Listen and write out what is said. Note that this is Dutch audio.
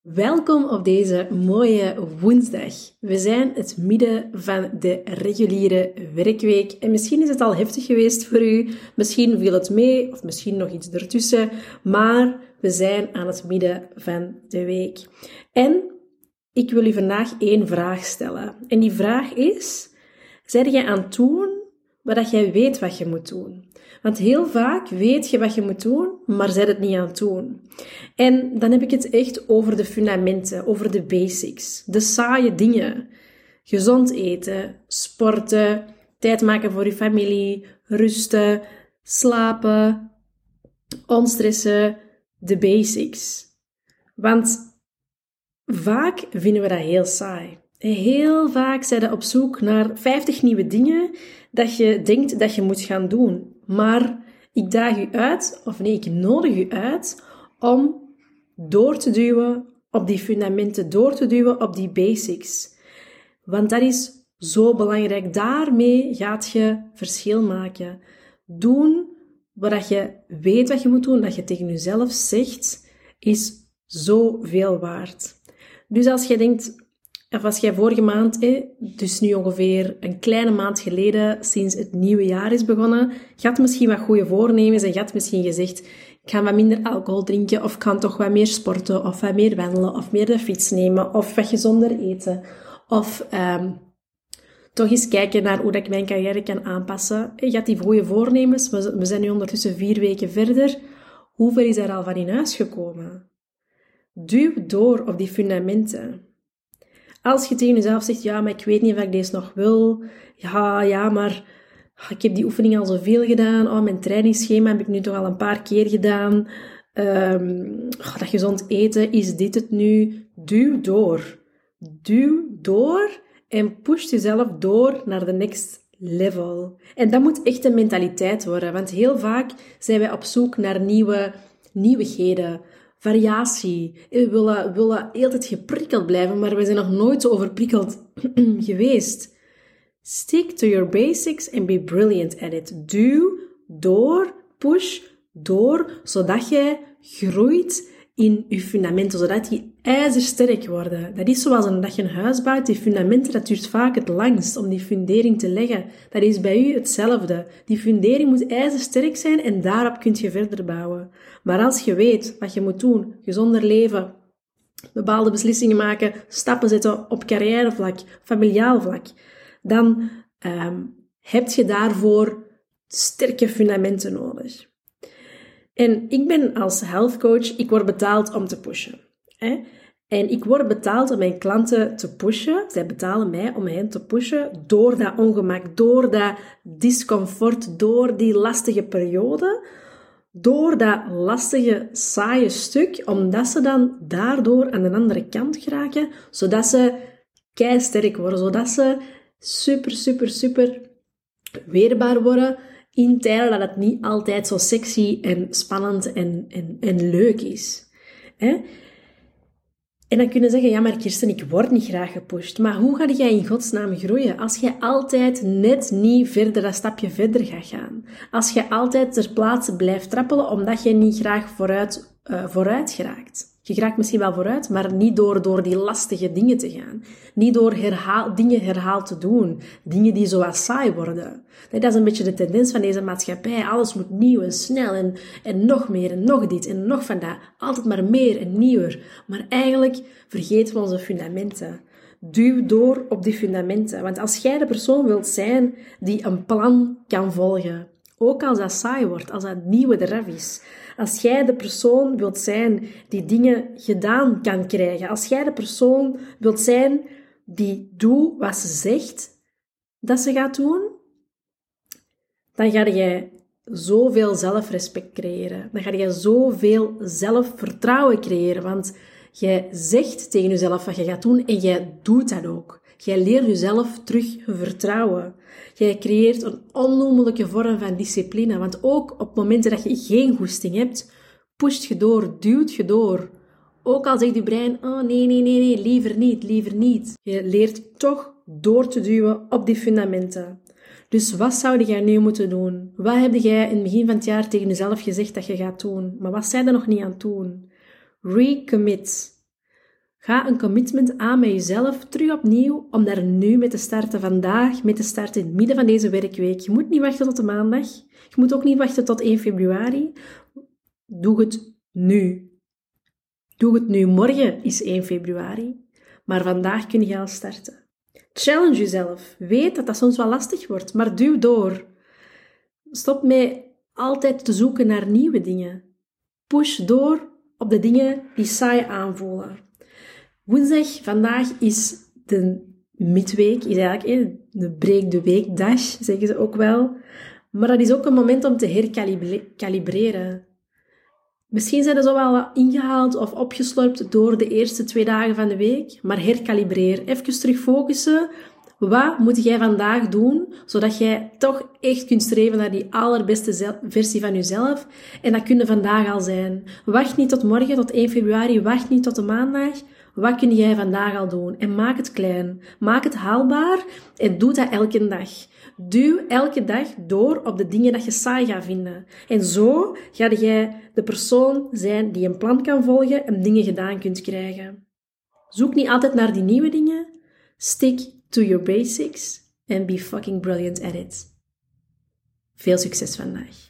Welkom op deze mooie woensdag. We zijn het midden van de reguliere werkweek en misschien is het al heftig geweest voor u, misschien viel het mee of misschien nog iets ertussen, maar we zijn aan het midden van de week. En ik wil u vandaag 1 vraag stellen. En die vraag is, ben je aan het doen wat jij weet wat je moet doen? Want heel vaak weet je wat je moet doen, maar ben het niet aan het doen. En dan heb ik het echt over de fundamenten, over de basics. De saaie dingen. Gezond eten, sporten, tijd maken voor je familie, rusten, slapen, ontstressen, de basics. Want vaak vinden we dat heel saai. Heel vaak zijn we op zoek naar 50 nieuwe dingen dat je denkt dat je moet gaan doen. Maar ik daag u uit, of nee, ik nodig u uit om door te duwen op die fundamenten, door te duwen op die basics. Want dat is zo belangrijk. Daarmee gaat je verschil maken. Doen wat je weet wat je moet doen, dat je tegen jezelf zegt, is zoveel waard. Dus als jij denkt, of als jij vorige maand, dus nu ongeveer een kleine maand geleden, sinds het nieuwe jaar is begonnen, je had misschien wat goede voornemens en je had misschien gezegd, ik ga wat minder alcohol drinken, of ik ga toch wat meer sporten, of wat meer wandelen, of meer de fiets nemen, of wat gezonder eten, of toch eens kijken naar hoe dat ik mijn carrière kan aanpassen. Je had die goede voornemens, we zijn nu ondertussen 4 weken verder. Hoeveel is er al van in huis gekomen? Duw door op die fundamenten. Als je tegen jezelf zegt, ja, maar ik weet niet of ik deze nog wil. Ja, maar ik heb die oefening al zoveel gedaan. Mijn trainingsschema heb ik nu toch al een paar keer gedaan. Dat gezond eten, is dit het nu? Duw door. Duw door en push jezelf door naar de next level. En dat moet echt een mentaliteit worden. Want heel vaak zijn wij op zoek naar nieuwigheden. Variatie. We willen heel tijd geprikkeld blijven, maar we zijn nog nooit zo overprikkeld geweest. Stick to your basics and be brilliant at it. Duw, door, push, door, zodat jij groeit in je fundamenten, zodat die ijzersterk worden. Dat is zoals dat je een huis bouwt, die fundamenten, dat duurt vaak het langst om die fundering te leggen. Dat is bij u hetzelfde. Die fundering moet ijzersterk zijn en daarop kun je verder bouwen. Maar als je weet wat je moet doen, gezonder leven, bepaalde beslissingen maken, stappen zetten op carrièrevlak, familiaal vlak, dan heb je daarvoor sterke fundamenten nodig. En ik ben als health coach, ik word betaald om te pushen. En ik word betaald om mijn klanten te pushen. Zij betalen mij om hen te pushen door dat ongemak, door dat discomfort, door die lastige periode, door dat lastige, saaie stuk, omdat ze dan daardoor aan de andere kant geraken, zodat ze keisterk worden, zodat ze super weerbaar worden in tijden dat het niet altijd zo sexy en spannend en leuk is. En dan kunnen zeggen, ja maar Kirsten, ik word niet graag gepusht. Maar hoe ga jij in godsnaam groeien als jij altijd net niet verder dat stapje verder gaat gaan? Als je altijd ter plaatse blijft trappelen omdat je niet graag vooruit geraakt. Je geraakt misschien wel vooruit, maar niet door die lastige dingen te gaan. Niet door dingen herhaald te doen. Dingen die zo saai worden. Dat is een beetje de tendens van deze maatschappij. Alles moet nieuw en snel en nog meer en nog dit en nog van dat. Altijd maar meer en nieuwer. Maar eigenlijk vergeten we onze fundamenten. Duw door op die fundamenten. Want als jij de persoon wilt zijn die een plan kan volgen, ook als dat saai wordt, als dat nieuwe eraf is. Als jij de persoon wilt zijn die dingen gedaan kan krijgen. Als jij de persoon wilt zijn die doet wat ze zegt dat ze gaat doen, dan ga jij zoveel zelfrespect creëren. Dan ga je zoveel zelfvertrouwen creëren. Want jij zegt tegen jezelf wat je gaat doen en jij doet dat ook. Jij leert jezelf terug vertrouwen. Jij creëert een onnoemelijke vorm van discipline. Want ook op momenten dat je geen goesting hebt, pusht je door, duwt je door. Ook al zegt je brein, oh nee, liever niet. Je leert toch door te duwen op die fundamenten. Dus wat zou jij nu moeten doen? Wat heb jij in het begin van het jaar tegen jezelf gezegd dat je gaat doen? Maar wat zijn er nog niet aan het doen? Recommit. Ga een commitment aan met jezelf, terug opnieuw, om daar nu mee te starten, vandaag, mee te starten in het midden van deze werkweek. Je moet niet wachten tot de maandag. Je moet ook niet wachten tot 1 februari. Doe het nu. Doe het nu. Morgen is 1 februari, maar vandaag kun je al starten. Challenge jezelf. Weet dat dat soms wel lastig wordt, maar duw door. Stop met altijd te zoeken naar nieuwe dingen. Push door op de dingen die saai aanvoelen. Woensdag, vandaag is de midweek, is eigenlijk de break de weekdag, zeggen ze ook wel. Maar dat is ook een moment om te herkalibreren. Misschien zijn er zo wel wat ingehaald of opgeslorpt door de eerste 2 dagen van de week, maar herkalibreer. Even terug focussen. Wat moet jij vandaag doen, zodat jij toch echt kunt streven naar die allerbeste versie van jezelf? En dat kun je vandaag al zijn. Wacht niet tot morgen, tot 1 februari. Wacht niet tot de maandag. Wat kun jij vandaag al doen? En maak het klein. Maak het haalbaar en doe dat elke dag. Duw elke dag door op de dingen dat je saai gaat vinden. En zo ga jij de persoon zijn die een plan kan volgen en dingen gedaan kunt krijgen. Zoek niet altijd naar die nieuwe dingen. Stick to your basics and be fucking brilliant at it. Veel succes vandaag.